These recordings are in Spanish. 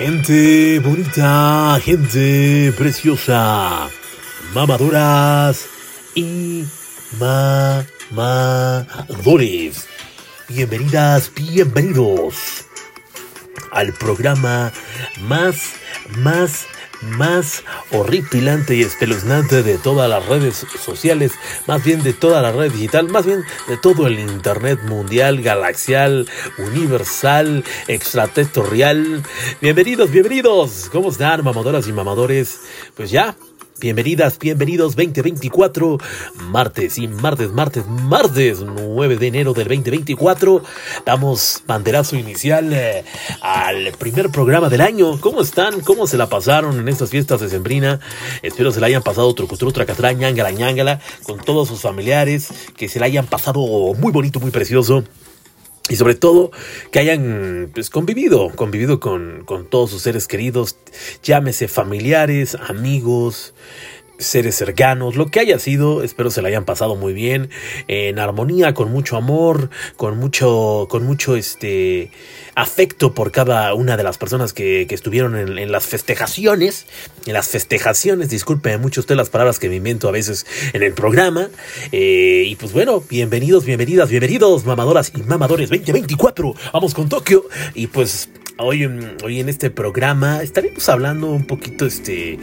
Gente bonita, gente preciosa, mamadoras y mamadores. Bienvenidas, bienvenidos al programa más horripilante y espeluznante de todas las redes sociales, más bien de toda la red digital, más bien de todo el internet mundial, galaxial, universal, extraterritorial. Bienvenidos, ¿cómo están, mamadoras y mamadores? Pues ya, bienvenidas, bienvenidos 2024, martes 9 de enero del 2024, damos banderazo inicial al primer programa del año. ¿Cómo están? ¿Cómo se la pasaron en estas fiestas de sembrina? Espero se la hayan pasado trucutru, tracatrá, ñangala, con todos sus familiares, que se la hayan pasado muy bonito, muy precioso. Y sobre todo, que hayan convivido con todos sus seres queridos, llámese familiares, amigos, seres cercanos, lo que haya sido. Espero se la hayan pasado muy bien, en armonía, con mucho amor, con mucho afecto por cada una de las personas que estuvieron en las festejaciones. Disculpen mucho usted las palabras que me invento a veces en el programa. Y pues bueno, bienvenidos, mamadoras y mamadores 2024. Vamos con Tokio. Y pues hoy en este programa estaremos hablando un poquito de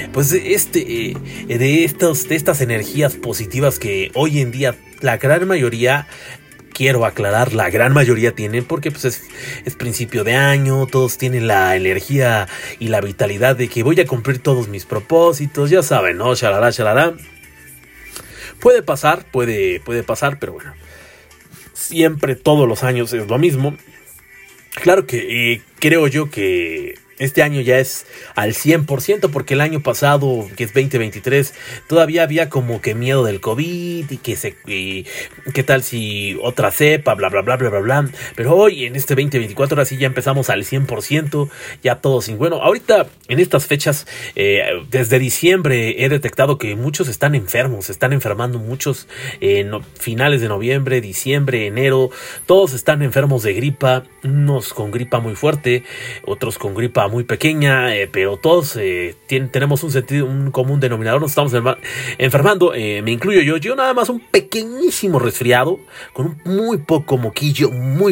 estas energías positivas que hoy en día la gran mayoría, quiero aclarar, la gran mayoría tienen, porque pues es principio de año, todos tienen la energía y la vitalidad de que voy a cumplir todos mis propósitos, ya saben, ¿no? Shalalá. Puede pasar, pero bueno, siempre, todos los años es lo mismo. Claro que creo yo que este año ya es al 100%, porque el año pasado, que es 2023, todavía había como que miedo del COVID y qué tal si otra cepa, bla. Pero hoy, en este 2024, ahora sí ya empezamos al 100%, ya todo sin bueno. Ahorita, en estas fechas, desde diciembre he detectado que muchos están enfermos, se están enfermando muchos, finales de noviembre, diciembre, enero, todos están enfermos de gripa, unos con gripa muy fuerte, otros con gripa muy pequeña, pero todos tenemos un común denominador, nos estamos enfermando, me incluyo yo nada más un pequeñísimo resfriado, con muy poco moquillo,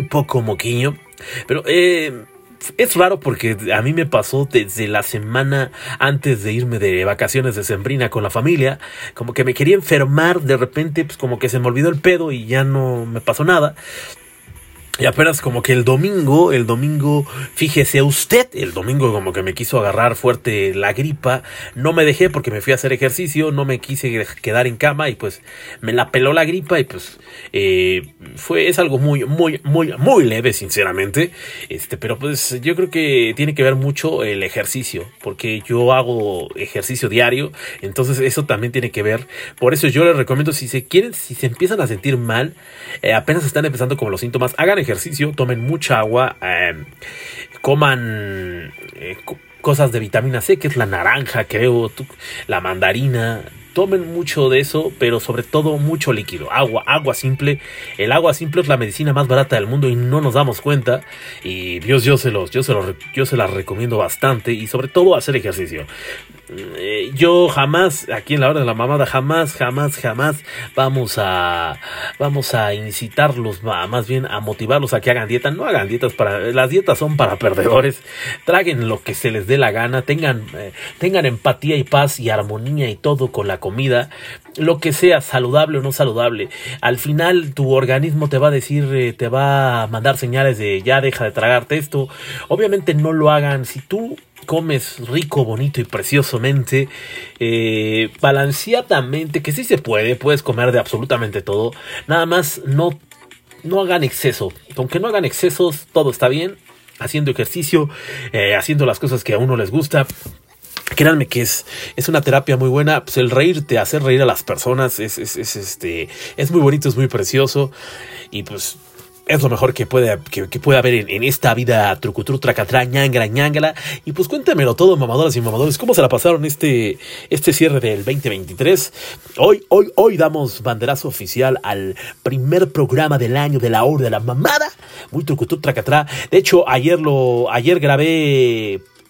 pero es raro porque a mí me pasó desde la semana antes de irme de vacaciones de sembrina con la familia, como que me quería enfermar de repente, pues como que se me olvidó el pedo y ya no me pasó nada. Y apenas como que el domingo, fíjese usted, el domingo como que me quiso agarrar fuerte la gripa, no me dejé porque me fui a hacer ejercicio, no me quise quedar en cama y pues me la peló la gripa y pues es algo muy leve, sinceramente, pero pues yo creo que tiene que ver mucho el ejercicio, porque yo hago ejercicio diario, entonces eso también tiene que ver. Por eso yo les recomiendo, si se empiezan a sentir mal, apenas están empezando como los síntomas, hagan ejercicio, tomen mucha agua, coman cosas de vitamina C, que es la naranja, creo, la mandarina. Tomen mucho de eso, pero sobre todo mucho líquido, agua simple. El agua simple es la medicina más barata del mundo y no nos damos cuenta. Y yo se las recomiendo bastante, y sobre todo hacer ejercicio. Yo jamás, aquí en la hora de la mamada, jamás vamos a incitarlos, más bien a motivarlos a que hagan dieta. No hagan dietas, las dietas son para perdedores. Traguen lo que se les dé la gana, tengan empatía y paz y armonía y todo con la comida, lo que sea, saludable o no saludable. Al final tu organismo te va a decir, te va a mandar señales de ya deja de tragarte esto. Obviamente no lo hagan. Si tú comes rico, bonito y preciosamente, balanceadamente, que sí se puedes comer de absolutamente todo, nada más no hagan exceso. Aunque no hagan excesos, todo está bien, haciendo ejercicio, haciendo las cosas que a uno les gusta. Créanme que es una terapia muy buena. Pues el reírte, hacer reír a las personas es muy bonito, es muy precioso, y pues es lo mejor que puede haber en esta vida trucutru, tracatrá, ñangala. Y pues cuéntemelo todo, mamadoras y mamadores, ¿cómo se la pasaron este cierre del 2023? Hoy damos banderazo oficial al primer programa del año de la hora de la mamada. Muy trucutru, tracatrá. De hecho, ayer grabé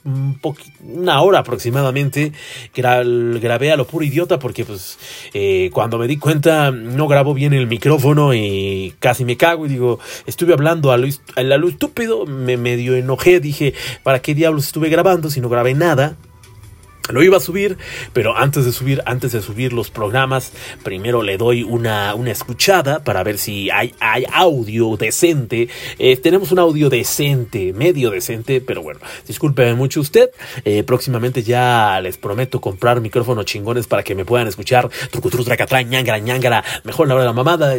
una hora aproximadamente, grabé a lo puro idiota porque pues cuando me di cuenta no grabó bien el micrófono y casi me cago y digo, estuve hablando a lo estúpido, me medio enojé, dije, ¿para qué diablos estuve grabando si no grabé nada? Lo iba a subir, pero antes de subir los programas, primero le doy una escuchada para ver si hay audio decente. Tenemos un audio decente, medio decente, pero bueno, discúlpeme mucho usted. Próximamente ya les prometo comprar micrófonos chingones para que me puedan escuchar. Trucutru, tracatrá, ñangara, ñangara, mejor la hora de la mamada.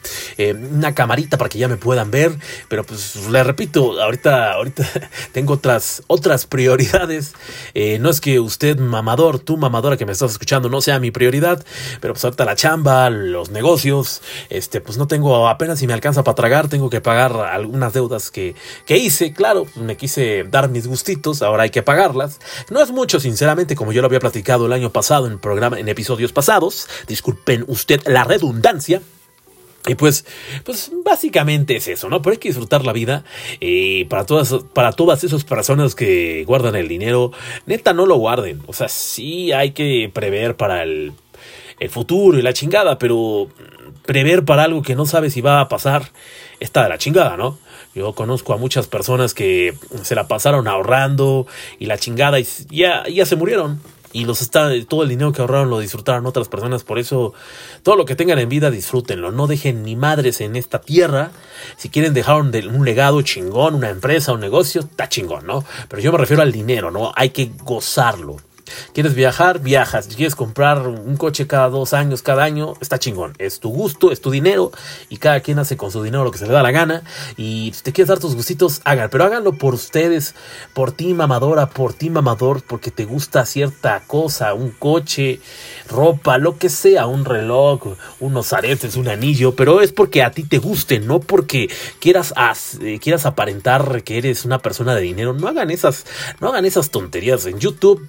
Una camarita para que ya me puedan ver. Pero pues les repito, ahorita tengo otras prioridades. No es que usted mamador, tú mamadora que me estás escuchando, no sea mi prioridad, pero pues ahorita la chamba, los negocios, pues no tengo, apenas si me alcanza para tragar, tengo que pagar algunas deudas que hice, claro, me quise dar mis gustitos, ahora hay que pagarlas, no es mucho sinceramente, como yo lo había platicado el año pasado en episodios pasados, disculpen usted la redundancia. Y pues básicamente es eso, ¿no? Pero hay que disfrutar la vida. Para todas esas personas que guardan el dinero, neta, no lo guarden. O sea, sí hay que prever para el futuro y la chingada, pero prever para algo que no sabes si va a pasar está de la chingada, ¿no? Yo conozco a muchas personas que se la pasaron ahorrando y la chingada y ya se murieron. Y todo el dinero que ahorraron lo disfrutaron otras personas. Por eso, todo lo que tengan en vida, disfrútenlo. No dejen ni madres en esta tierra. Si quieren dejar un legado chingón, una empresa, un negocio, está chingón, ¿no? Pero yo me refiero al dinero, ¿no? Hay que gozarlo. ¿Quieres viajar? Viajas. ¿Quieres comprar un coche cada 2 años, cada año? Está chingón. Es tu gusto, es tu dinero. Y cada quien hace con su dinero lo que se le da la gana. Y si te quieres dar tus gustitos, háganlo. Pero háganlo por ustedes, por ti mamadora, por ti mamador, porque te gusta cierta cosa, un coche, ropa, lo que sea, un reloj, unos aretes, un anillo. Pero es porque a ti te guste, no porque quieras aparentar que eres una persona de dinero. No hagan esas tonterías. En YouTube,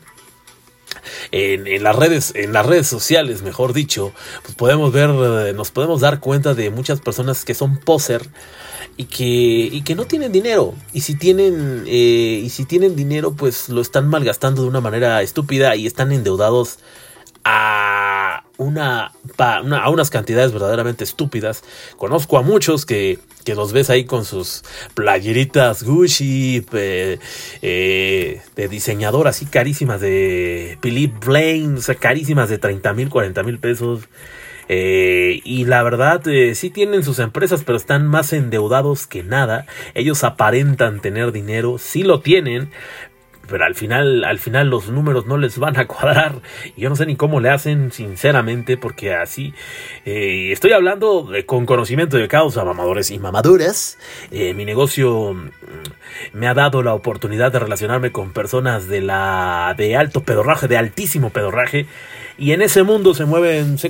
en las redes sociales, mejor dicho, pues nos podemos dar cuenta de muchas personas que son poser y que no tienen dinero, y si tienen dinero, pues lo están malgastando de una manera estúpida y están endeudados a unas cantidades verdaderamente estúpidas. Conozco a muchos que los ves ahí con sus playeritas Gucci de diseñador, así carísimas, de Philippe Blaine, o sea, carísimas, de 30,000, 40,000 pesos. Y la verdad, sí tienen sus empresas, pero están más endeudados que nada. Ellos aparentan tener dinero, sí lo tienen, pero al final los números no les van a cuadrar. Y yo no sé ni cómo le hacen, sinceramente, porque así estoy hablando con conocimiento de causa, mamadores y mamadoras. Mi negocio me ha dado la oportunidad de relacionarme con personas de alto pedorraje, de altísimo pedorraje. Y en ese mundo se mueven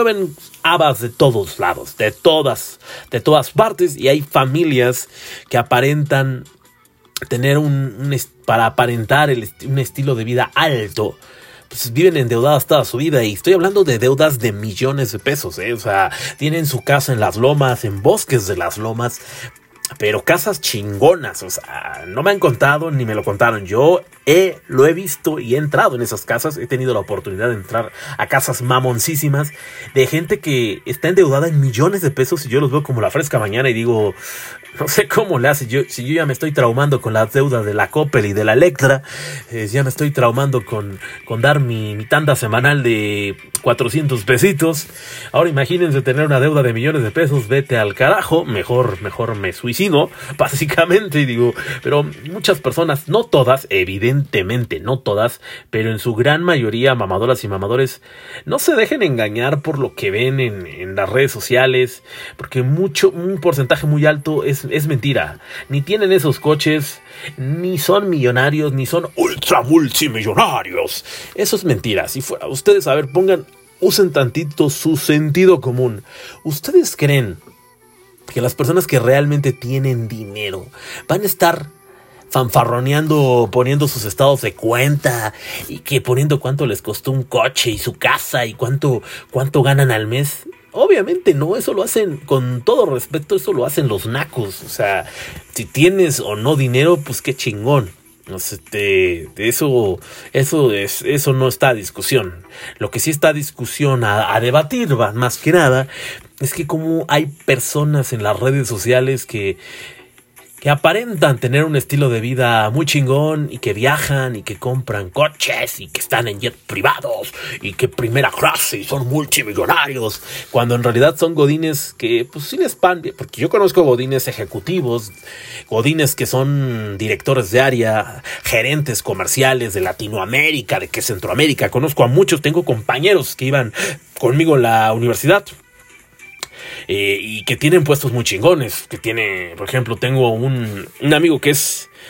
habas de todos lados, de todas partes. Y hay familias que aparentan tener para aparentar un estilo de vida alto, pues viven endeudadas toda su vida. Y estoy hablando de deudas de millones de pesos, O sea, tienen su casa en las lomas, en bosques de las lomas, pero casas chingonas. O sea, no me han contado ni me lo contaron. Yo lo he visto y he entrado en esas casas. He tenido la oportunidad de entrar a casas mamoncísimas de gente que está endeudada en millones de pesos, y yo los veo como la fresca mañana y digo, no sé cómo le hace. Si yo ya me estoy traumando con las deudas de la Coppel y de la Electra, ya me estoy traumando con dar mi tanda semanal de 400 pesitos. Ahora imagínense tener una deuda de millones de pesos. Vete al carajo. Mejor me suicido, básicamente. Y digo, pero muchas personas, no todas, evidentemente no todas, pero en su gran mayoría, mamadoras y mamadores, no se dejen engañar por lo que ven en las redes sociales, porque un porcentaje muy alto es mentira. Ni tienen esos coches, ni son millonarios, ni son ultra multimillonarios. Eso es mentira. Si fuera ustedes, a ver, usen tantito su sentido común. ¿Ustedes creen que las personas que realmente tienen dinero van a estar fanfarroneando, poniendo sus estados de cuenta y que poniendo cuánto les costó un coche y su casa y cuánto ganan al mes? Obviamente no, eso lo hacen, con todo respeto, eso lo hacen los nacos. O sea, si tienes o no dinero, pues qué chingón. Eso no está a discusión. Lo que sí está a discusión, a debatir más que nada, es que como hay personas en las redes sociales que aparentan tener un estilo de vida muy chingón y que viajan y que compran coches y que están en jets privados y que primera clase y son multimillonarios, cuando en realidad son godines que pues sí les van bien, porque yo conozco godines ejecutivos, godines que son directores de área, gerentes comerciales de Latinoamérica, de que Centroamérica, conozco a muchos, tengo compañeros que iban conmigo en la universidad. Y que tienen puestos muy chingones, por ejemplo, tengo un amigo que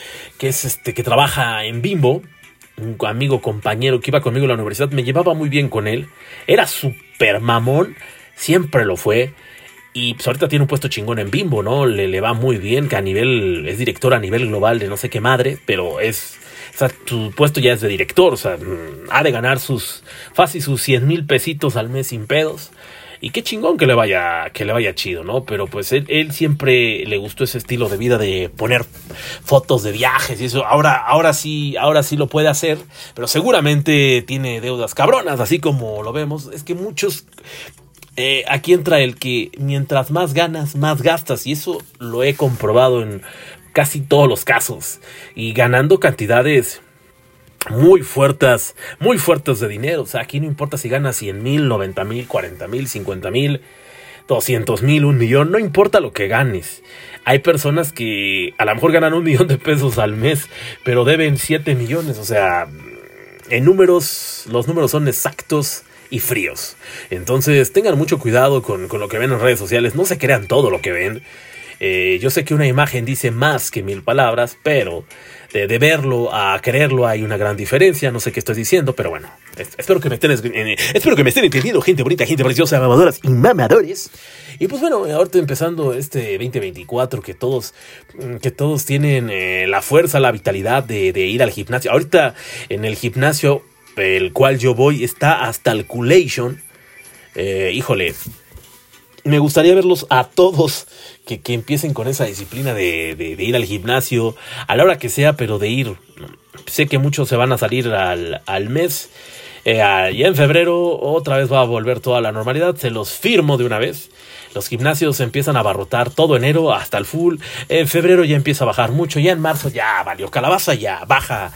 trabaja en Bimbo, un amigo compañero que iba conmigo a la universidad, me llevaba muy bien con él, era súper mamón, siempre lo fue, y pues ahorita tiene un puesto chingón en Bimbo, ¿no? Le va muy bien, que es director a nivel global de no sé qué madre, pero su puesto ya es de director, o sea, ha de ganar sus 100,000 pesitos al mes sin pedos. Y qué chingón que le vaya chido, ¿no? Pero pues él siempre le gustó ese estilo de vida de poner fotos de viajes y eso. Ahora sí lo puede hacer, pero seguramente tiene deudas cabronas, así como lo vemos. Es que muchos... aquí entra el que mientras más ganas, más gastas. Y eso lo he comprobado en casi todos los casos. Y ganando cantidades muy fuertes de dinero. O sea, aquí no importa si ganas 100,000, 90,000, 40,000, 50,000, 200,000, 1,000,000, no importa lo que ganes. Hay personas que a lo mejor ganan 1,000,000 de pesos al mes, pero deben 7 millones. O sea, en números, los números son exactos y fríos. Entonces, tengan mucho cuidado con lo que ven en redes sociales. No se crean todo lo que ven. Yo sé que una imagen dice más que 1,000 palabras, pero de verlo a creerlo hay una gran diferencia. No sé qué estoy diciendo, pero bueno, espero que me estén entendiendo, gente bonita, gente preciosa, mamadoras y mamadores. Y pues bueno, ahorita empezando este 2024, que todos tienen la fuerza, la vitalidad de ir al gimnasio. Ahorita en el gimnasio el cual yo voy está hasta el Culation. Híjole, me gustaría verlos a todos que empiecen con esa disciplina de ir al gimnasio a la hora que sea, pero de ir. Sé que muchos se van a salir al mes. Ya en febrero otra vez va a volver toda la normalidad. Se los firmo de una vez. Los gimnasios empiezan a abarrotar todo enero hasta el full. En febrero ya empieza a bajar mucho. Ya en marzo ya valió calabaza. Ya baja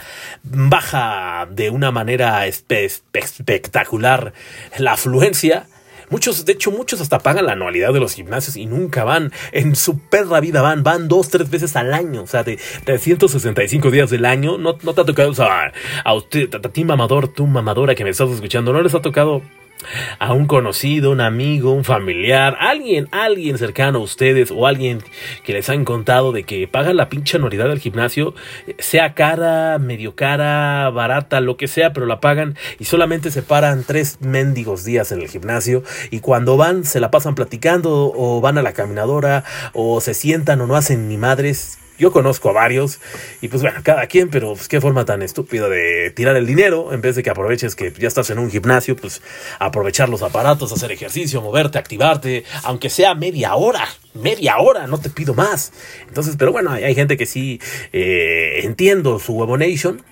de una manera espectacular la afluencia. Muchos hasta pagan la anualidad de los gimnasios y nunca van. En su perra vida van 2-3 veces al año. O sea, de 365 días del año. No te ha tocado a usted, a ti mamador, tú mamadora que me estás escuchando. ¿No les ha tocado a un conocido, un amigo, un familiar, alguien cercano a ustedes o alguien que les han contado de que pagan la pinche anualidad del gimnasio, sea cara, medio cara, barata, lo que sea, pero la pagan y solamente se paran 3 mendigos días en el gimnasio y cuando van se la pasan platicando o van a la caminadora o se sientan o no hacen ni madres? Yo conozco a varios y pues bueno, cada quien, pero pues qué forma tan estúpida de tirar el dinero en vez de que aproveches que ya estás en un gimnasio, pues aprovechar los aparatos, hacer ejercicio, moverte, activarte, aunque sea media hora, no te pido más. Entonces, pero bueno, hay gente que sí entiendo su Huevonation.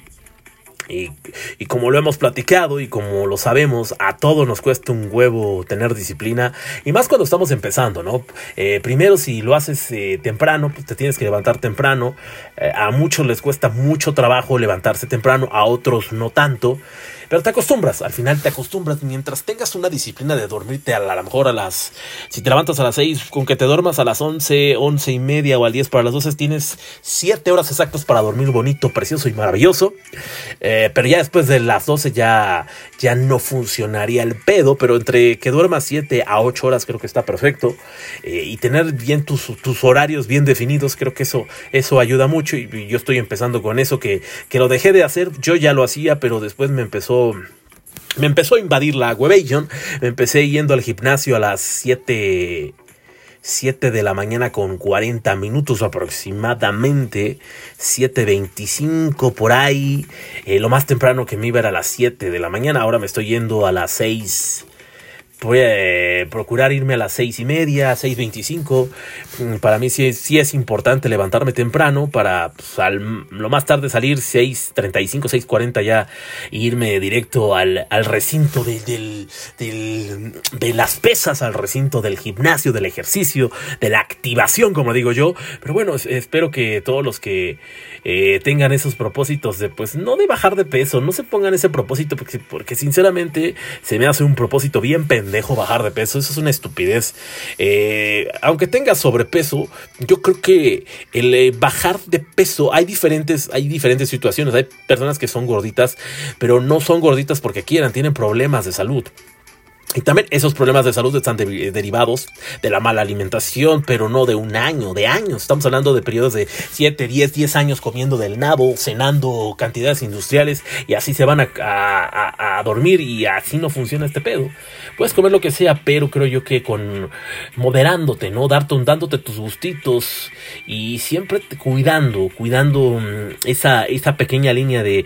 Y como lo hemos platicado y como lo sabemos, a todos nos cuesta un huevo tener disciplina. Y más cuando estamos empezando, ¿no? Primero, si lo haces temprano, pues te tienes que levantar temprano. A muchos les cuesta mucho trabajo levantarse temprano, a otros no tanto. Pero te acostumbras, al final te acostumbras. Mientras tengas una disciplina de dormirte a lo mejor si te levantas a las 6, con que te duermas a las 11, 11:30 o al 10 para las 12, tienes 7 horas exactas para dormir bonito, precioso y maravilloso. Pero ya después de las 12 ya no funcionaría el pedo, pero entre que duermas 7 a 8 horas creo que está perfecto. Y tener bien tus horarios bien definidos, creo que eso ayuda mucho. Y yo estoy empezando con eso, que lo dejé de hacer. Yo ya lo hacía, pero después me empezó a invadir la Huevation. Me empecé yendo al gimnasio a las 7 de la mañana con 40 minutos aproximadamente, 7:25 por ahí. Lo más temprano que me iba era a las 7 de la mañana. Ahora me estoy yendo a las 6 voy a procurar irme a las 6:30, 6:25. Para mí sí es importante levantarme temprano para pues, lo más tarde salir 6:35, 6:40 ya e irme directo al recinto de las pesas, al recinto del gimnasio, del ejercicio, de la activación, como digo yo. Pero bueno, espero que todos los que tengan esos propósitos de pues no de bajar de peso, no se pongan ese propósito porque sinceramente se me hace un propósito bien pendejo bajar de peso. Eso es una estupidez. Aunque tengas sobrepeso, yo creo que el bajar de peso, hay diferentes situaciones. Hay personas que son gorditas, pero no son gorditas porque quieran, tienen problemas de salud. Y también esos problemas de salud están derivados de la mala alimentación, pero no de un año, de años. Estamos hablando de periodos de 7, 10 años comiendo del nabo, cenando cantidades industriales y así se van a dormir y así no funciona este pedo. Puedes comer lo que sea, pero creo yo que moderándote, ¿no? Dándote tus gustitos y siempre cuidando esa pequeña línea de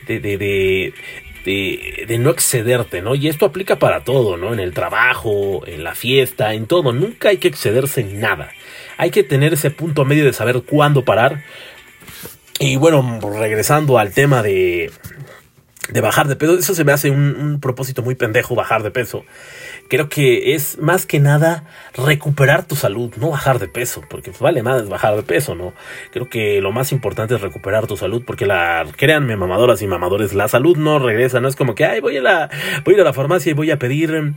no excederte, ¿no? Y esto aplica para todo, ¿no? En el trabajo, en la fiesta, en todo. Nunca hay que excederse en nada. Hay que tener ese punto medio de saber cuándo parar. Y bueno, regresando al tema de bajar de peso, eso se me hace un propósito muy pendejo, bajar de peso. Creo que es más que nada recuperar tu salud, no bajar de peso, porque pues vale más bajar de peso, ¿no? Creo que lo más importante es recuperar tu salud, porque créanme, mamadoras y mamadores, la salud no regresa, no es como que, ay, voy a ir a la farmacia y voy a pedir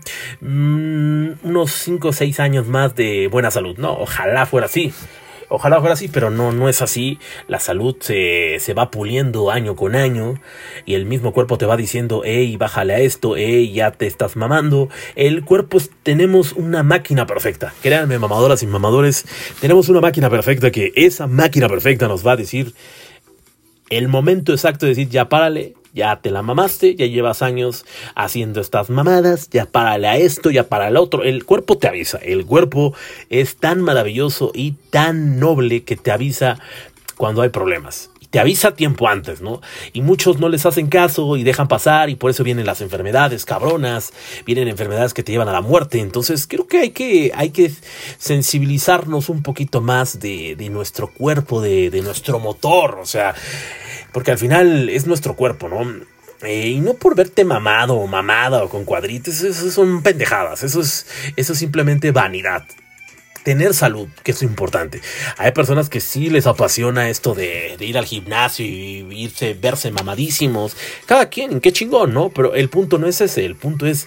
unos 5 o 6 años más de buena salud. No, ojalá fuera así. Ojalá fuera así, pero no es así. La salud se va puliendo año con año y el mismo cuerpo te va diciendo, hey, bájale a esto, hey, ya te estás mamando. El cuerpo, tenemos una máquina perfecta. Créanme, mamadoras y mamadores, tenemos una máquina perfecta que esa máquina perfecta nos va a decir el momento exacto de decir, ya párale. Ya te la mamaste, ya llevas años haciendo estas mamadas, ya párale a esto, ya para el otro. El cuerpo te avisa, el cuerpo es tan maravilloso y tan noble que te avisa cuando hay problemas. Te avisa tiempo antes, ¿no? Y muchos no les hacen caso y dejan pasar y por eso vienen las enfermedades cabronas, vienen enfermedades que te llevan a la muerte. Entonces creo que hay que sensibilizarnos un poquito más de nuestro cuerpo, de nuestro motor, o sea, porque al final es nuestro cuerpo, ¿no? Y no por verte mamado o mamada o con cuadritos, eso son pendejadas, eso es simplemente vanidad. Tener salud, que es importante. Hay personas que sí les apasiona esto de ir al gimnasio y verse mamadísimos. Cada quien, qué chingón, ¿no? Pero el punto no es ese. El punto es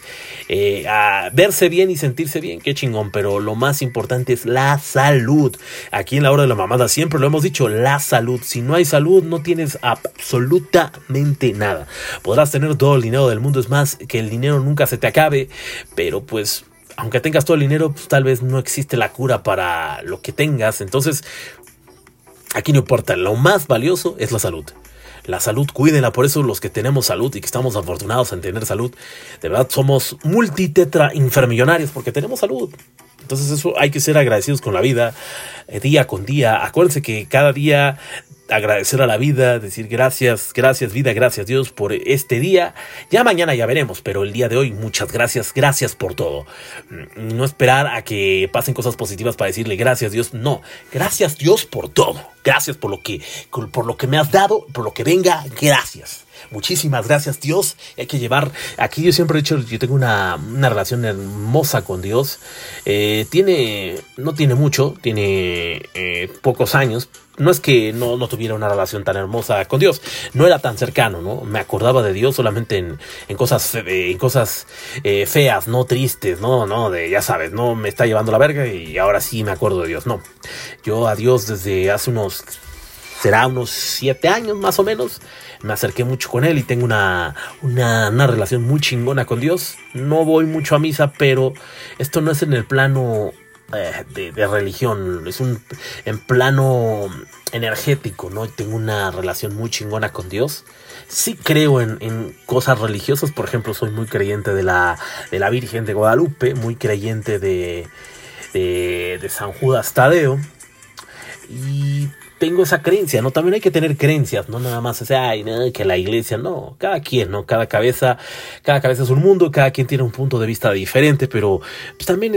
verse bien y sentirse bien, qué chingón. Pero lo más importante es la salud. Aquí en la hora de la mamada siempre lo hemos dicho, la salud. Si no hay salud, no tienes absolutamente nada. Podrás tener todo el dinero del mundo. Es más, que el dinero nunca se te acabe. Pero pues, aunque tengas todo el dinero, pues tal vez no existe la cura para lo que tengas. Entonces, aquí no importa. Lo más valioso es la salud. La salud, cuídenla. Por eso los que tenemos salud y que estamos afortunados en tener salud, de verdad somos multitetra inframillonarios porque tenemos salud. Entonces eso hay que ser agradecidos con la vida, día con día. Acuérdense que cada día agradecer a la vida, decir gracias vida, gracias Dios por este día. Ya mañana ya veremos, pero el día de hoy muchas gracias por todo. No esperar a que pasen cosas positivas para decirle gracias Dios, no, gracias Dios por todo. Gracias por lo que me has dado, por lo que venga, gracias. Muchísimas gracias Dios. Hay que llevar, aquí yo siempre he dicho, yo tengo una relación hermosa con Dios. No tiene mucho, tiene pocos años. No es que no tuviera una relación tan hermosa con Dios, no era tan cercano, ¿no? Me acordaba de Dios solamente en cosas feas, no tristes, no, ya sabes, no me está llevando la verga y ahora sí me acuerdo de Dios, no. Yo a Dios desde hace unos 7 años más o menos, me acerqué mucho con él y tengo una relación muy chingona con Dios. No voy mucho a misa, pero esto no es en el plano de religión, es en plano energético, ¿no? Tengo una relación muy chingona con Dios. Sí creo en cosas religiosas, por ejemplo, soy muy creyente de la Virgen de Guadalupe, muy creyente de San Judas Tadeo. tengo esa creencia, ¿no? También hay que tener creencias, no nada más, o sea, ay, no, que la iglesia, no, cada quien, ¿no? Cada cabeza es un mundo, cada quien tiene un punto de vista diferente, pero pues también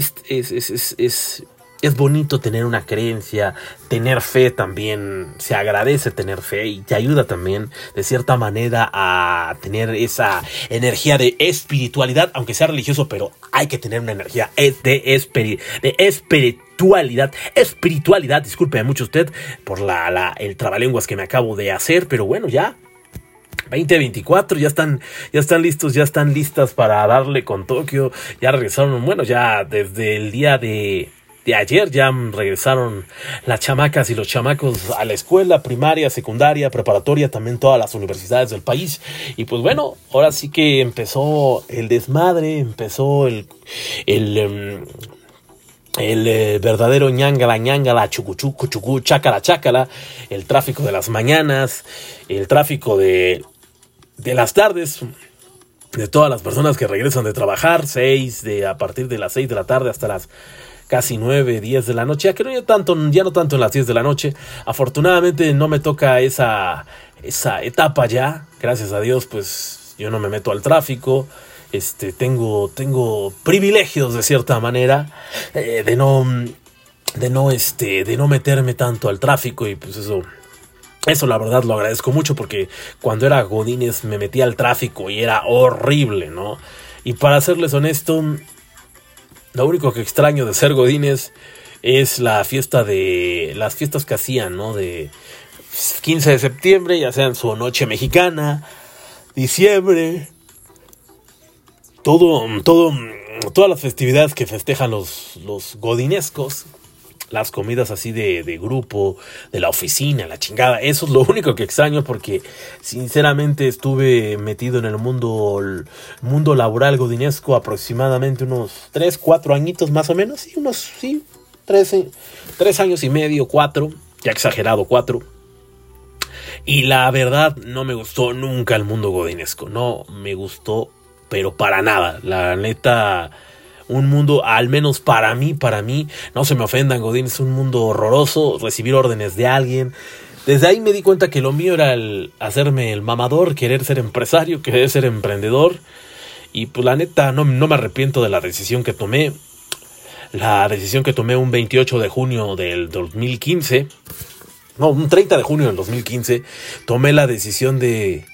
es bonito tener una creencia, tener fe también, se agradece tener fe y te ayuda también de cierta manera a tener esa energía de espiritualidad, aunque sea religioso, pero hay que tener una energía de espiritualidad, disculpe mucho usted por el trabalenguas que me acabo de hacer, pero bueno, ya 2024, ya están listos, ya están listas para darle con Tokio, ya regresaron, bueno, ya desde el día de ayer ya regresaron las chamacas y los chamacos a la escuela primaria, secundaria, preparatoria, también todas las universidades del país. Y pues bueno, ahora sí que empezó el desmadre, empezó el verdadero ñangala, chucuchú, chácala, el tráfico de las mañanas, el tráfico de las tardes, de todas las personas que regresan de trabajar, a partir de las 6 de la tarde hasta las casi 9, 10 de la noche, ya no tanto en las 10 de la noche. Afortunadamente no me toca esa etapa ya, gracias a Dios, pues yo no me meto al tráfico. Tengo privilegios de cierta manera, de no meterme tanto al tráfico, y pues eso la verdad lo agradezco mucho, porque cuando era godínez me metía al tráfico y era horrible, ¿no? Y para serles honesto, lo único que extraño de ser godínez es las fiestas que hacían, ¿no? De 15 de septiembre, ya sea en su noche mexicana, diciembre, todas las festividades que festejan los godinescos, las comidas así de grupo, de la oficina, la chingada. Eso es lo único que extraño, porque sinceramente estuve metido en el mundo laboral godinesco aproximadamente unos 3, 4 añitos más o menos, y 3 años y medio, 4, ya exagerado, 4. Y la verdad no me gustó nunca el mundo godinesco, no me gustó, pero para nada, la neta. Un mundo, al menos para mí, no se me ofendan, godín, es un mundo horroroso, recibir órdenes de alguien. Desde ahí me di cuenta que lo mío era el hacerme el mamador, querer ser empresario, querer ser emprendedor. Y pues la neta no me arrepiento de la decisión que tomé. La decisión que tomé un 28 de junio del 2015. No, un 30 de junio del 2015. Tomé la decisión de...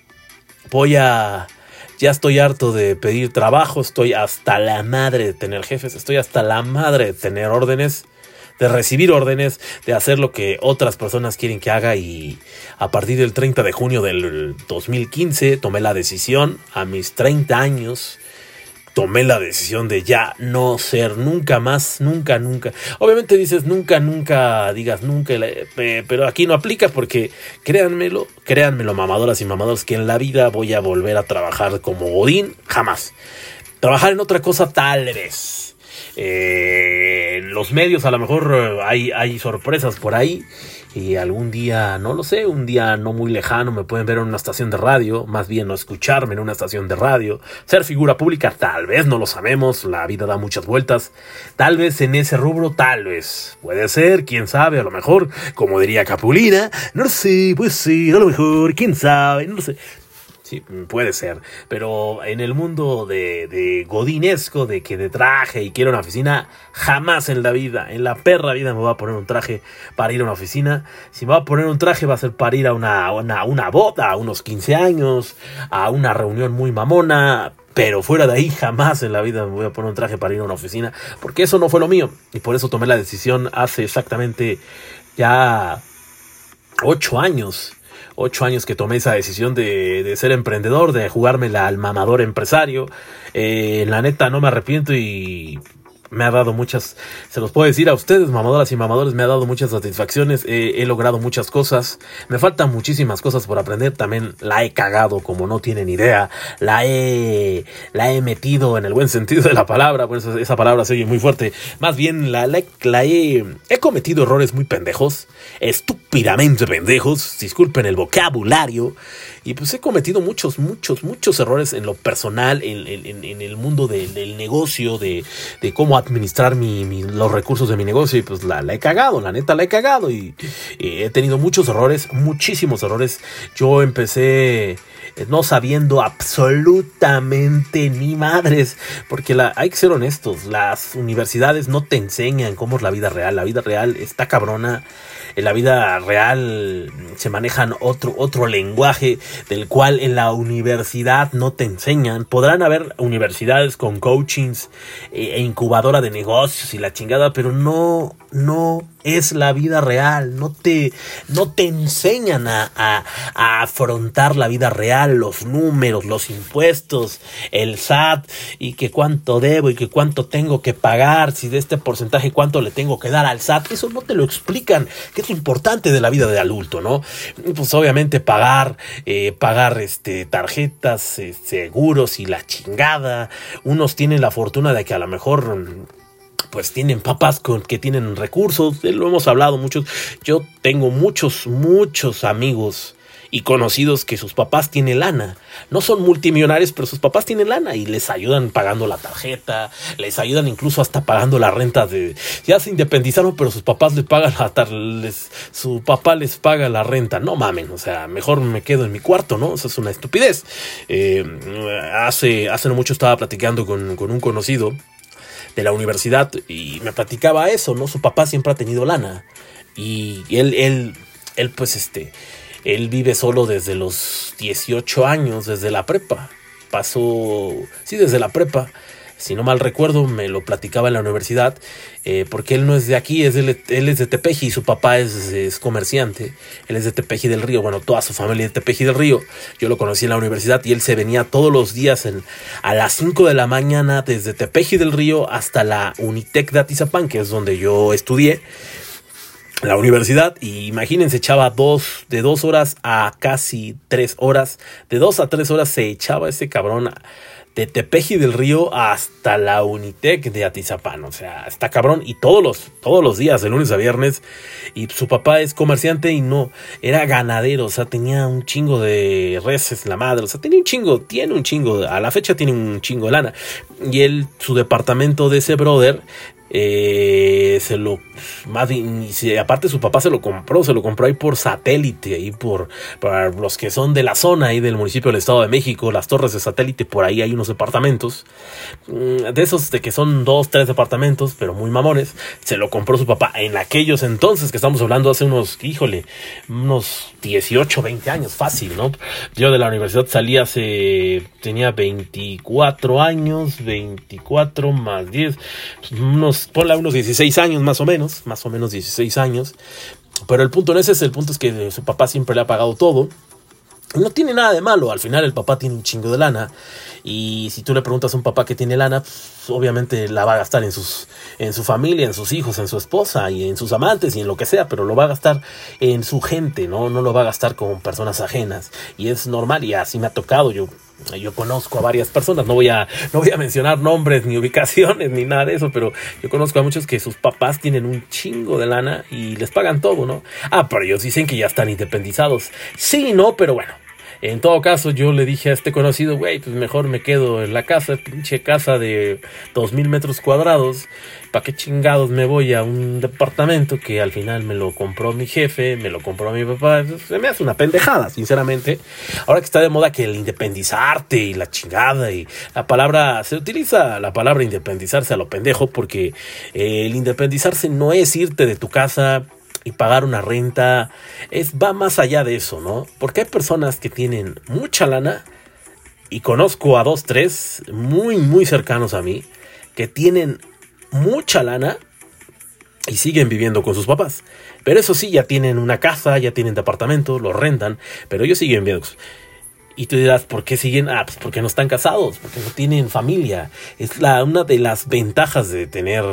Ya estoy harto de pedir trabajo, estoy hasta la madre de tener jefes, estoy hasta la madre de tener órdenes, de recibir órdenes, de hacer lo que otras personas quieren que haga. Y a partir del 30 de junio del 2015 tomé la decisión, a mis 30 años, tomé la decisión de ya no ser nunca más, nunca. Obviamente dices nunca, digas nunca, pero aquí no aplica, porque créanmelo, mamadoras y mamadores, que en la vida voy a volver a trabajar como godín, jamás. Trabajar en otra cosa tal vez. En los medios a lo mejor hay sorpresas por ahí. Y algún día, no lo sé, un día no muy lejano me pueden ver en una estación de radio, más bien no escucharme en una estación de radio, ser figura pública, tal vez, no lo sabemos, la vida da muchas vueltas, tal vez en ese rubro, tal vez, puede ser, quién sabe, a lo mejor, como diría Capulina, no lo sé, puede ser, a lo mejor, quién sabe, no lo sé. Sí, puede ser, pero en el mundo de godinesco, de que de traje y quiero una oficina, jamás en la vida, en la perra vida me voy a poner un traje para ir a una oficina. Si me voy a poner un traje va a ser para ir a una boda, a unos 15 años, a una reunión muy mamona, pero fuera de ahí jamás en la vida me voy a poner un traje para ir a una oficina, porque eso no fue lo mío, y por eso tomé la decisión hace exactamente ya 8 años que tomé esa decisión de ser emprendedor, de jugármela al mamador empresario. La neta no me arrepiento, y me ha dado muchas, se los puedo decir a ustedes, mamadoras y mamadores, me ha dado muchas satisfacciones, he logrado muchas cosas, me faltan muchísimas cosas por aprender, también la he cagado como no tienen idea, la he metido en el buen sentido de la palabra, por eso esa palabra se oye muy fuerte, más bien he cometido errores muy pendejos, estúpidamente pendejos, disculpen el vocabulario, Y pues he cometido muchos errores en lo personal, en el mundo del negocio, de cómo administrar los recursos de mi negocio. Y pues la he cagado, la neta la he cagado. Y he tenido muchos errores, muchísimos errores. Yo empecé no sabiendo absolutamente ni madres, porque hay que ser honestos, las universidades no te enseñan cómo es la vida real. La vida real está cabrona. En la vida real se manejan otro lenguaje del cual en la universidad no te enseñan. Podrán haber universidades con coachings e incubadora de negocios y la chingada, pero no es la vida real. No te enseñan a afrontar la vida real, los números, los impuestos, el SAT, y que cuánto debo y que cuánto tengo que pagar, si de este porcentaje cuánto le tengo que dar al SAT. Eso no te lo explican, que es lo importante de la vida de adulto, ¿no? Pues obviamente pagar tarjetas, seguros y la chingada. Unos tienen la fortuna de que a lo mejor pues tienen papás que tienen recursos. Lo hemos hablado muchos. Yo tengo muchos amigos y conocidos que sus papás tienen lana. No son multimillonarios, pero sus papás tienen lana y les ayudan pagando la tarjeta, les ayudan incluso hasta pagando la renta ya se independizaron, pero sus papás les pagan su papá les paga la renta. No mamen, o sea, mejor me quedo en mi cuarto, ¿no? Eso es una estupidez. Hace no mucho estaba platicando con un conocido de la universidad y me platicaba eso, ¿no? Su papá siempre ha tenido lana y él pues él vive solo desde los 18 años, desde la prepa. Desde la prepa. Si no mal recuerdo, me lo platicaba en la universidad, porque él no es de aquí, él es de Tepeji y su papá es comerciante. Él es de Tepeji del Río, bueno, toda su familia es de Tepeji del Río. Yo lo conocí en la universidad y él se venía todos los días a las 5 de la mañana desde Tepeji del Río hasta la Unitec de Atizapán, que es donde yo estudié, la universidad. Y imagínense, echaba de 2 horas a casi 3 horas. De 2 a 3 horas se echaba ese cabrón de Tepeji del Río hasta la Unitec de Atizapán. O sea, está cabrón. Y todos los días, de lunes a viernes. Y su papá es comerciante y no, era ganadero. O sea, tenía un chingo de reses, la madre. O sea, tiene un chingo. A la fecha tiene un chingo de lana. Y su departamento de ese brother, aparte su papá se lo compró ahí por satélite, ahí para los que son de la zona ahí del municipio del Estado de México, las torres de satélite, por ahí hay unos departamentos, de esos de que son 2, 3 departamentos, pero muy mamones. Se lo compró su papá en aquellos entonces, que estamos hablando hace unos 18, 20 años, fácil, ¿no? Yo de la universidad tenía 24 años, 24 más 10, ponle unos 16 años más o menos 16 años. Pero el punto no es ese, el punto es que su papá siempre le ha pagado todo. No tiene nada de malo, al final el papá tiene un chingo de lana. Y si tú le preguntas a un papá que tiene lana, pues, obviamente la va a gastar en su familia, en sus hijos, en su esposa y en sus amantes y en lo que sea, pero lo va a gastar en su gente, no lo va a gastar con personas ajenas. Y es normal, y así me ha tocado. Yo conozco a varias personas, no voy a mencionar nombres ni ubicaciones ni nada de eso, pero yo conozco a muchos que sus papás tienen un chingo de lana y les pagan todo, ¿no? Pero ellos dicen que ya están independizados. Sí, no, pero bueno. En todo caso, yo le dije a este conocido, güey, pues mejor me quedo en la casa, pinche casa de 2,000 metros cuadrados. ¿Para qué chingados me voy a un departamento que al final me lo compró mi jefe, me lo compró mi papá? Se me hace una pendejada, sinceramente. Ahora que está de moda que el independizarte y la chingada y se utiliza la palabra independizarse a lo pendejo, porque el independizarse no es irte de tu casa y pagar una renta, va más allá de eso, ¿no? Porque hay personas que tienen mucha lana, y conozco a 2, 3 muy, muy cercanos a mí, que tienen mucha lana y siguen viviendo con sus papás. Pero eso sí, ya tienen una casa, ya tienen departamento, lo rentan, pero ellos siguen viviendo. Y tú dirás, ¿por qué siguen? Pues porque no están casados, porque no tienen familia. Es una de las ventajas de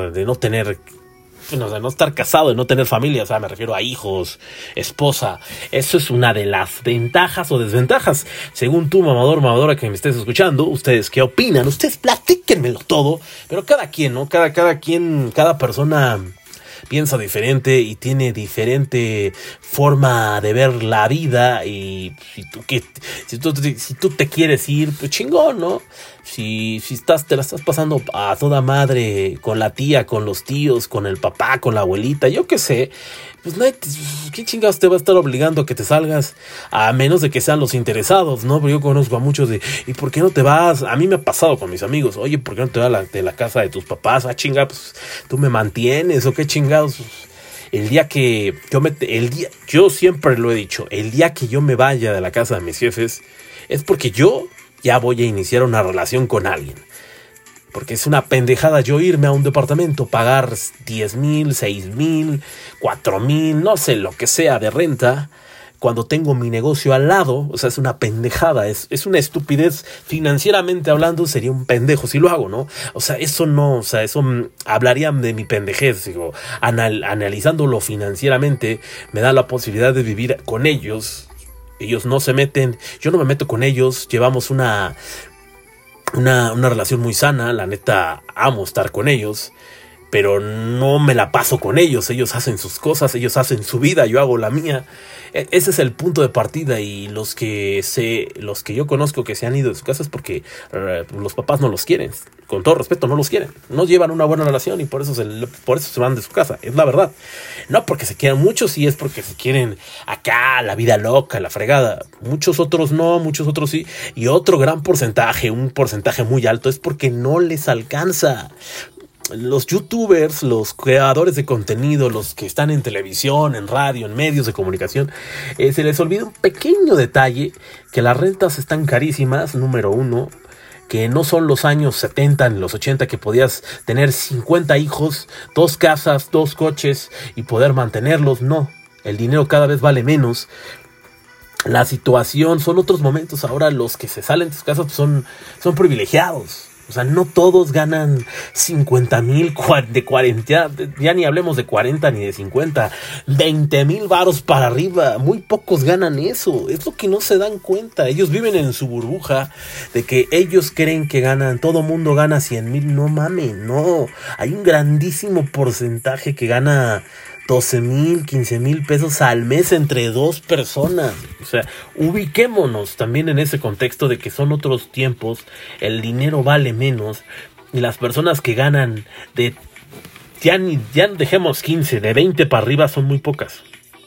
no estar casado, de no tener familia. O sea, me refiero a hijos, esposa. Eso es una de las ventajas o desventajas. Según tú, mamadora que me estés escuchando, ¿ustedes qué opinan? Ustedes platíquenmelo todo. Pero cada quien, ¿no? Cada persona piensa diferente y tiene diferente forma de ver la vida. Y si tú te quieres ir, pues chingón, ¿no? Si te la estás pasando a toda madre con la tía, con los tíos, con el papá, con la abuelita, yo qué sé, pues ¿qué chingados te va a estar obligando a que te salgas? A menos de que sean los interesados, ¿no? Pero yo conozco a muchos ¿y por qué no te vas? A mí me ha pasado con mis amigos, oye, ¿por qué no te vas de la casa de tus papás? Ah, chinga, pues tú me mantienes, o qué chingados. El día que yo siempre lo he dicho, el día que yo me vaya de la casa de mis jefes, es porque yo ya voy a iniciar una relación con alguien. Porque es una pendejada yo irme a un departamento, pagar 10,000, 6,000, 4,000, no sé, lo que sea de renta, cuando tengo mi negocio al lado. O sea, es una pendejada, es una estupidez. Financieramente hablando, sería un pendejo si lo hago, ¿no? O sea, eso no, o sea, eso hablarían de mi pendejez. Digo, analizándolo financieramente, me da la posibilidad de vivir con ellos. Ellos no se meten, yo no me meto con ellos, llevamos una relación muy sana, la neta amo estar con ellos, pero no me la paso con ellos. Ellos hacen sus cosas, ellos hacen su vida, yo hago la mía. Ese es el punto de partida, y los que yo conozco que se han ido de su casa es porque los papás no los quieren. Con todo respeto, no los quieren. No llevan una buena relación y por eso se van de su casa. Es la verdad. No porque se quieran muchos, sí es porque se quieren acá, la vida loca, la fregada. Muchos otros no, muchos otros sí. Y otro gran porcentaje, un porcentaje muy alto, es porque no les alcanza. Los youtubers, los creadores de contenido, los que están en televisión, en radio, en medios de comunicación, se les olvida un pequeño detalle, que las rentas están carísimas, número uno, que no son los años 70 ni los 80 que podías tener 50 hijos, 2 casas, 2 coches y poder mantenerlos. No, el dinero cada vez vale menos. La situación, son otros momentos. Ahora los que se salen de sus casas son privilegiados. O sea, no todos ganan 50,000 de 40, ya ni hablemos de 40 ni de 50, 20,000 varos para arriba. Muy pocos ganan eso. Es lo que no se dan cuenta. Ellos viven en su burbuja de que ellos creen que ganan, todo mundo gana 100,000. No mames, no. Hay un grandísimo porcentaje que gana 12,000, 15,000 pesos al mes entre 2 personas. O sea, ubiquémonos también en ese contexto de que son otros tiempos, el dinero vale menos, y las personas que ganan ya dejemos 15, de 20 para arriba son muy pocas.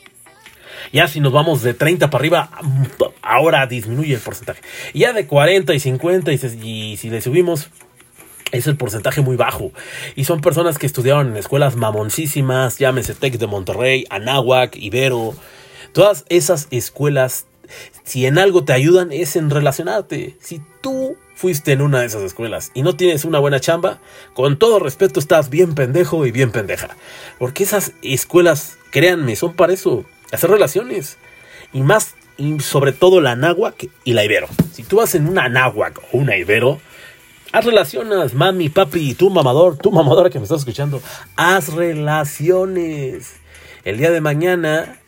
Ya si nos vamos de 30 para arriba, ahora disminuye el porcentaje. Ya de 40 y 50, y si le subimos, es el porcentaje muy bajo. Y son personas que estudiaron en escuelas mamoncísimas, llámese TEC de Monterrey, Anáhuac, Ibero. Todas esas escuelas, si en algo te ayudan, es en relacionarte. Si tú fuiste en una de esas escuelas y no tienes una buena chamba, con todo respeto estás bien pendejo y bien pendeja. Porque esas escuelas, créanme, son para eso, hacer relaciones. Y sobre todo la Anáhuac y la Ibero. Si tú vas en una Anáhuac o una Ibero, haz relaciones, mami, papi, tú mamadora que me estás escuchando, haz relaciones. El día de mañana,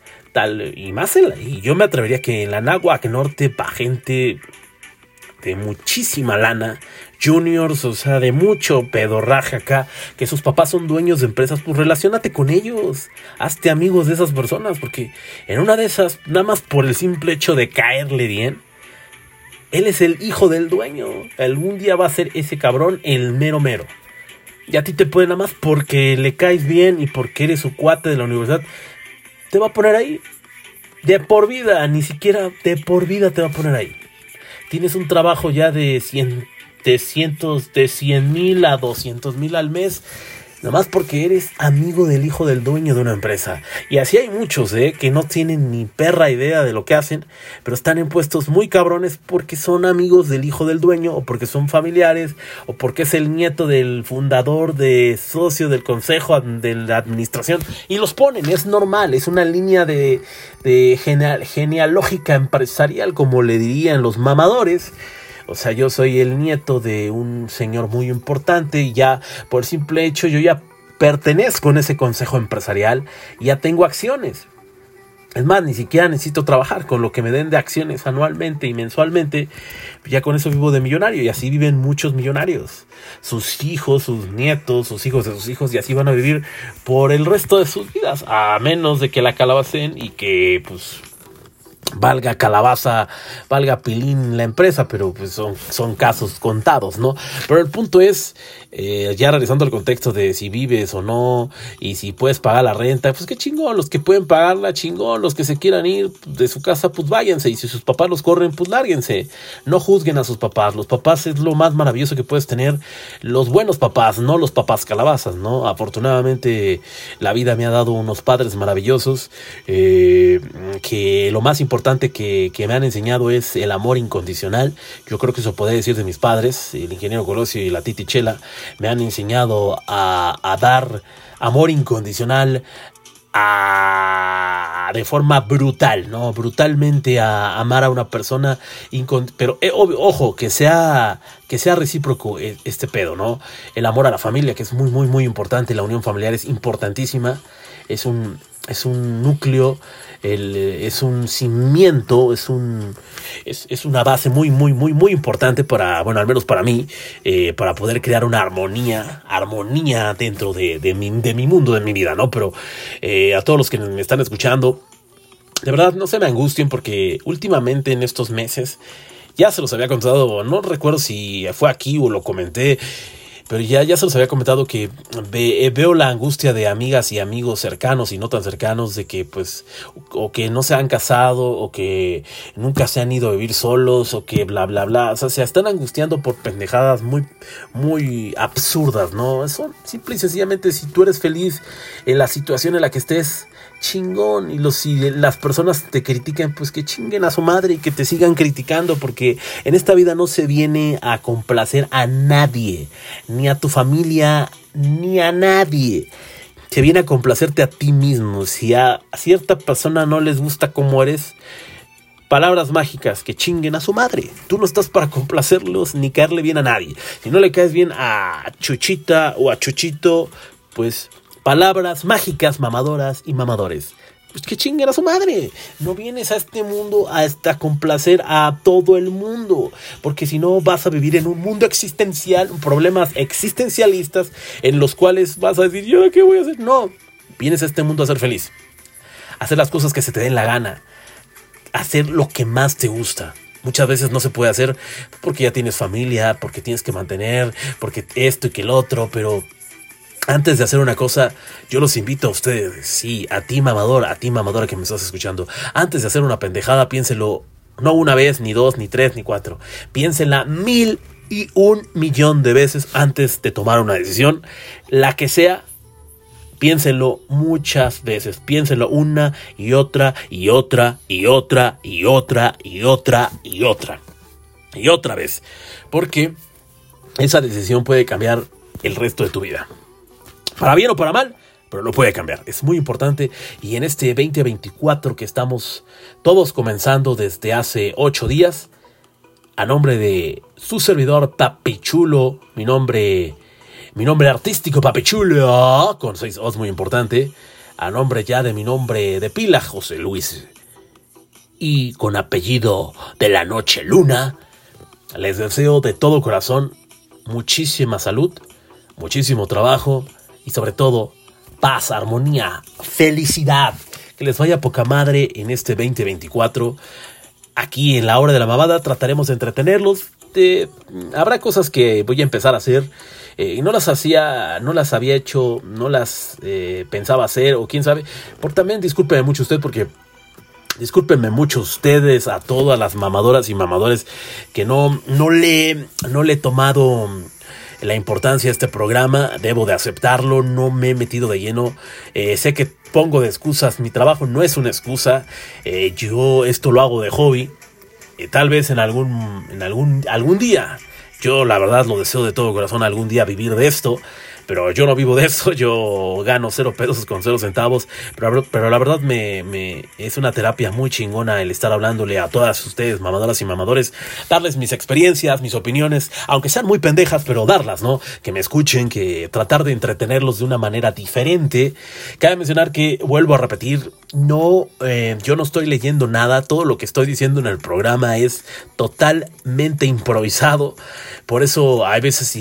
y yo me atrevería que en la Anáhuac Norte, pa' gente de muchísima lana, juniors, o sea, de mucho pedorraje acá, que sus papás son dueños de empresas, pues relaciónate con ellos, hazte amigos de esas personas, porque en una de esas, nada más por el simple hecho de caerle bien, él es el hijo del dueño. Algún día va a ser ese cabrón el mero mero. Y a ti te puede, nada más porque le caes bien y porque eres su cuate de la universidad, te va a poner ahí. De por vida, ni siquiera de por vida te va a poner ahí. Tienes un trabajo ya de 100,000 a 200,000 al mes, nada más porque eres amigo del hijo del dueño de una empresa. Y así hay muchos, que no tienen ni perra idea de lo que hacen, pero están en puestos muy cabrones porque son amigos del hijo del dueño, o porque son familiares, o porque es el nieto del fundador, de socio del consejo de la administración, y los ponen. Es normal, es una línea de genealógica empresarial, como le dirían los mamadores. O sea, yo soy el nieto de un señor muy importante y ya por el simple hecho yo ya pertenezco en ese consejo empresarial y ya tengo acciones. Es más, ni siquiera necesito trabajar. Con lo que me den de acciones anualmente y mensualmente, ya con eso vivo de millonario. Y así viven muchos millonarios. Sus hijos, sus nietos, sus hijos de sus hijos, y así van a vivir por el resto de sus vidas. A menos de que la calabacen y que, pues, valga calabaza, valga pilín la empresa, pero pues son casos contados, ¿no? Pero el punto es, ya regresando al contexto de si vives o no, y si puedes pagar la renta, pues qué chingón, los que pueden pagarla, chingón, los que se quieran ir de su casa, pues váyanse, y si sus papás los corren, pues lárguense, no juzguen a sus papás, los papás es lo más maravilloso que puedes tener, los buenos papás, no los papás calabazas, ¿no? Afortunadamente la vida me ha dado unos padres maravillosos, que lo más importante que me han enseñado es el amor incondicional. Yo creo que eso podría decir de mis padres, el ingeniero Colosio y la Titi Chela. Me han enseñado a dar amor incondicional de forma brutal, ¿no? Brutalmente a amar a una persona, pero ojo, que sea recíproco este pedo, ¿no? El amor a la familia, que es muy, muy, muy importante. La unión familiar es importantísima. Es un núcleo, es un cimiento, es una base muy, muy, muy, muy importante para, bueno, al menos para mí, para poder crear una armonía dentro de mi mundo, de mi vida, ¿no? Pero a todos los que me están escuchando, de verdad no se me angustien, porque últimamente en estos meses, ya se los había contado, no recuerdo si fue aquí o lo comenté, pero ya se los había comentado que veo la angustia de amigas y amigos cercanos y no tan cercanos, de que pues, o que no se han casado, o que nunca se han ido a vivir solos, o que bla bla bla. O sea, se están angustiando por pendejadas muy, muy absurdas, ¿no? Eso, simple y sencillamente, si tú eres feliz en la situación en la que estés, chingón. Y si las personas te critican, pues que chinguen a su madre y que te sigan criticando, porque en esta vida no se viene a complacer a nadie, ni a tu familia, ni a nadie. Se viene a complacerte a ti mismo. Si a cierta persona no les gusta cómo eres, palabras mágicas, que chinguen a su madre. Tú no estás para complacerlos ni caerle bien a nadie. Si no le caes bien a Chuchita o a Chuchito, pues palabras mágicas, mamadoras y mamadores, pues que chinguen a su madre. No vienes a este mundo a complacer a todo el mundo, porque si no vas a vivir en un mundo existencial, problemas existencialistas en los cuales vas a decir, ¿yo qué voy a hacer? No, vienes a este mundo a ser feliz, a hacer las cosas que se te den la gana, a hacer lo que más te gusta. Muchas veces no se puede hacer porque ya tienes familia, porque tienes que mantener, porque esto y que el otro, pero antes de hacer una cosa, yo los invito a ustedes, sí, a ti mamadora que me estás escuchando, antes de hacer una pendejada, piénselo, no una vez, ni dos, ni tres, ni cuatro, piénsenla 1,000,000,000 de veces antes de tomar una decisión, la que sea. Piénsenlo muchas veces, piénsenlo una y otra y otra y otra y otra y otra y otra y otra vez, porque esa decisión puede cambiar el resto de tu vida. Para bien o para mal, pero lo puede cambiar. Es muy importante. Y en este 2024 que estamos todos comenzando desde hace 8 días, a nombre de su servidor Papichulo, mi nombre artístico Papichulo, con 6 O's, muy importante, a nombre ya de mi nombre de pila, José Luis, y con apellido de la noche luna, les deseo de todo corazón muchísima salud, muchísimo trabajo, y sobre todo, paz, armonía, felicidad. Que les vaya poca madre en este 2024. Aquí en La Hora de la Mamada trataremos de entretenerlos. Habrá cosas que voy a empezar a hacer. Y no las había hecho, no las pensaba hacer, o quién sabe. También discúlpenme mucho ustedes, a todas las mamadoras y mamadores que no le he tomado la importancia de este programa. Debo de aceptarlo, no me he metido de lleno. Sé que pongo de excusas, mi trabajo no es una excusa. Yo esto lo hago de hobby. Tal vez en algún día, yo la verdad lo deseo de todo corazón, algún día vivir de esto. pero yo no vivo de eso, yo gano 0 pesos con 0 centavos, pero la verdad es una terapia muy chingona el estar hablándole a todas ustedes, mamadoras y mamadores, darles mis experiencias, mis opiniones, aunque sean muy pendejas, pero darlas, ¿no? Que me escuchen, que tratar de entretenerlos de una manera diferente. Cabe mencionar que, vuelvo a repetir, yo no estoy leyendo nada, todo lo que estoy diciendo en el programa es totalmente improvisado, por eso hay veces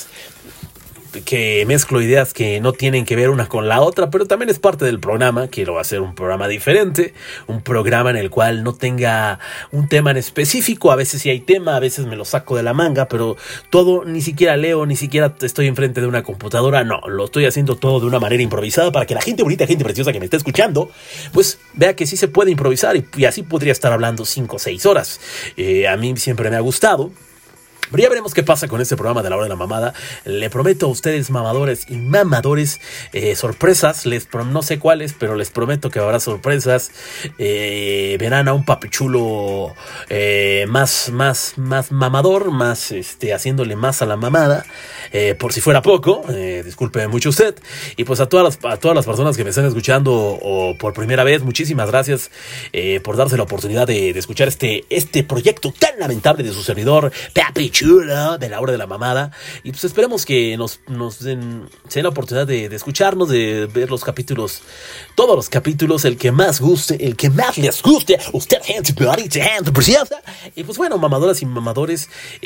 mezclo ideas que no tienen que ver una con la otra, pero también es parte del programa. Quiero hacer un programa diferente, un programa en el cual no tenga un tema en específico. A veces sí hay tema, a veces me lo saco de la manga, pero todo, ni siquiera leo, ni siquiera estoy enfrente de una computadora, no, lo estoy haciendo todo de una manera improvisada para que la gente bonita, gente preciosa que me está escuchando, pues vea que sí se puede improvisar y así podría estar hablando 5 o 6 horas. A mí siempre me ha gustado. Pero ya veremos qué pasa con este programa de la hora de la mamada. Le prometo a ustedes, mamadores y mamadores, sorpresas. No sé cuáles, pero les prometo que habrá sorpresas. Verán a un papichulo más mamador, más haciéndole más a la mamada. Por si fuera poco, disculpe mucho usted. Y pues a todas las personas que me están escuchando o por primera vez, muchísimas gracias por darse la oportunidad de escuchar este proyecto tan lamentable de su servidor, Papichulo, de la hora de la mamada. Y pues esperemos que se den la oportunidad de escucharnos, de ver los capítulos, todos los capítulos, el que más guste, el que más les guste, usted, gente preciosa. Y pues bueno, mamadoras y mamadores,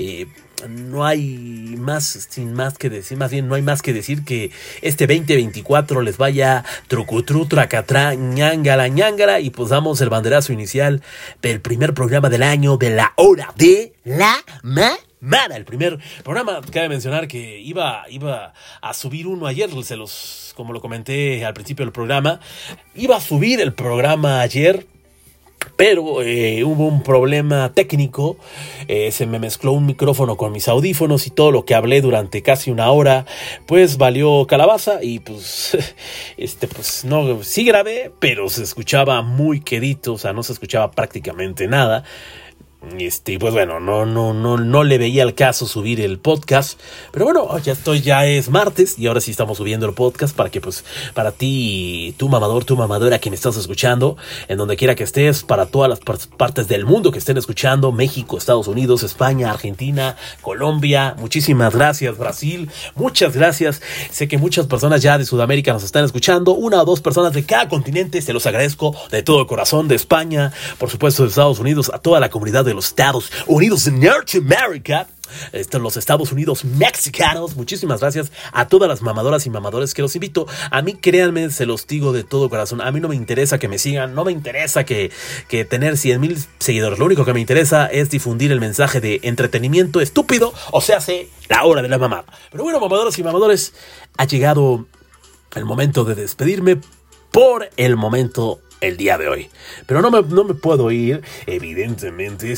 no hay más que decir que este 2024 les vaya trucutru, tracatrá, ñangara, ñangara, y pues damos el banderazo inicial del primer programa del año de la hora de la mamada. El primer programa, cabe mencionar que iba a subir uno ayer, como lo comenté al principio del programa, iba a subir el programa ayer, pero hubo un problema técnico, se me mezcló un micrófono con mis audífonos y todo lo que hablé durante casi una hora, pues valió calabaza y pues, no, sí grabé, pero se escuchaba muy quedito, o sea, no se escuchaba prácticamente nada. Pues bueno, no le veía el caso subir el podcast, pero bueno, ya es martes y ahora sí estamos subiendo el podcast para que pues para ti, tu mamador, tu mamadora que me estás escuchando, en donde quiera que estés, para todas las partes del mundo que estén escuchando, México, Estados Unidos, España, Argentina, Colombia, muchísimas gracias, Brasil, muchas gracias, sé que muchas personas ya de Sudamérica nos están escuchando, 1 o 2 personas de cada continente, se los agradezco de todo corazón, de España, por supuesto de Estados Unidos, a toda la comunidad de los Estados Unidos de Norteamérica, los Estados Unidos mexicanos, muchísimas gracias a todas las mamadoras y mamadores que los invito. A mí, créanme, se los digo de todo corazón, a mí no me interesa que me sigan, no me interesa que tener 100,000 seguidores, lo único que me interesa es difundir el mensaje de entretenimiento estúpido, o sea, la hora de la mamada. Pero bueno, mamadoras y mamadores, ha llegado el momento de despedirme por el momento el día de hoy. Pero no me puedo ir, evidentemente,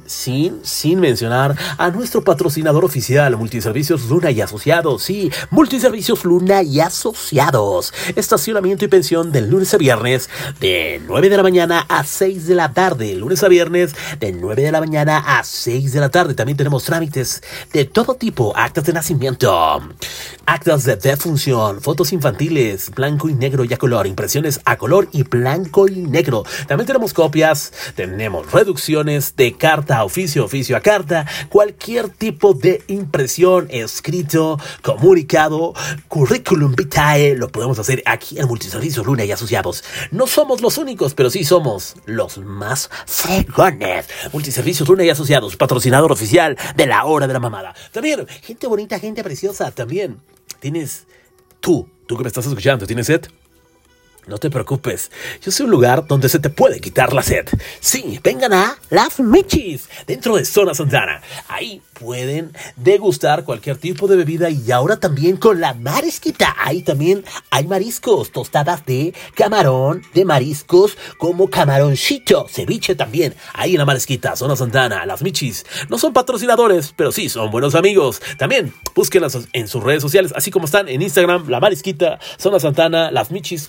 sin mencionar a nuestro patrocinador oficial, Multiservicios Luna y Asociados. Sí, Multiservicios Luna y Asociados. Estacionamiento y pensión de lunes a viernes de 9 de la mañana a 6 de la tarde. Lunes a viernes de 9 de la mañana a 6 de la tarde. También tenemos trámites de todo tipo, actas de nacimiento, actas de defunción, fotos infantiles, blanco y negro y a color, impresiones a color y blanco y negro. También tenemos copias, tenemos reducciones de carta a oficio a carta, cualquier tipo de impresión, escrito, comunicado, currículum vitae, lo podemos hacer aquí en Multiservicios Luna y Asociados. No somos los únicos, pero sí somos los más fregones. Multiservicios Luna y Asociados, patrocinador oficial de la hora de la mamada. También, gente bonita, gente preciosa, también tienes tú que me estás escuchando, ¿tienes sed? No te preocupes, yo soy un lugar donde se te puede quitar la sed. Sí, vengan a Las Michis, dentro de Zona Santana. Ahí pueden degustar cualquier tipo de bebida y ahora también con la marisquita. Ahí también hay mariscos, tostadas de camarón, de mariscos como camaroncito, ceviche también. Ahí en la marisquita, Zona Santana, Las Michis. No son patrocinadores, pero sí son buenos amigos. También búsquenlas en sus redes sociales, así como están en Instagram, la marisquita, Zona Santana, Las Michis.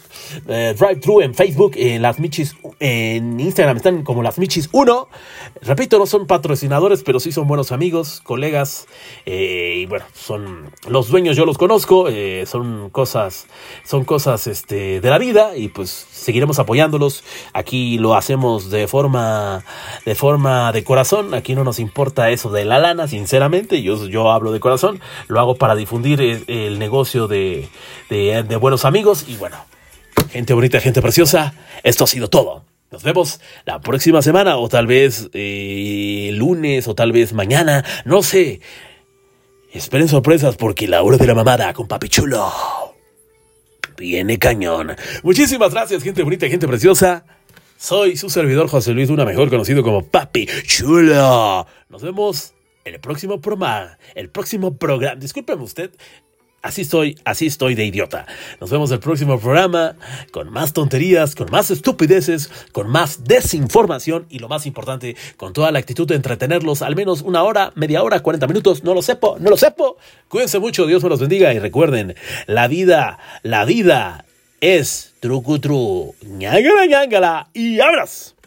Drive-Thru en Facebook, en Las Michis, en Instagram están como Las Michis 1. Repito, no son patrocinadores, pero sí son buenos amigos, colegas, y bueno, son los dueños, yo los conozco, son cosas de la vida, y pues seguiremos apoyándolos. Aquí lo hacemos de forma de corazón. Aquí no nos importa eso de la lana, sinceramente. Yo hablo de corazón, lo hago para difundir el negocio de buenos amigos. Y bueno, gente bonita, gente preciosa, esto ha sido todo. Nos vemos la próxima semana, o tal vez lunes, o tal vez mañana, no sé. Esperen sorpresas, porque la hora de la mamada con Papi Chulo viene cañón. Muchísimas gracias, gente bonita, gente preciosa. Soy su servidor José Luis Luna, mejor conocido como Papi Chulo. Nos vemos en el próximo programa. Discúlpeme usted. Así estoy de idiota. Nos vemos el próximo programa con más tonterías, con más estupideces, con más desinformación y lo más importante, con toda la actitud de entretenerlos al menos una hora, media hora, 40 minutos. No lo sepo. Cuídense mucho, Dios me los bendiga y recuerden, la vida es trucutru, ñángala, ñángala y abras.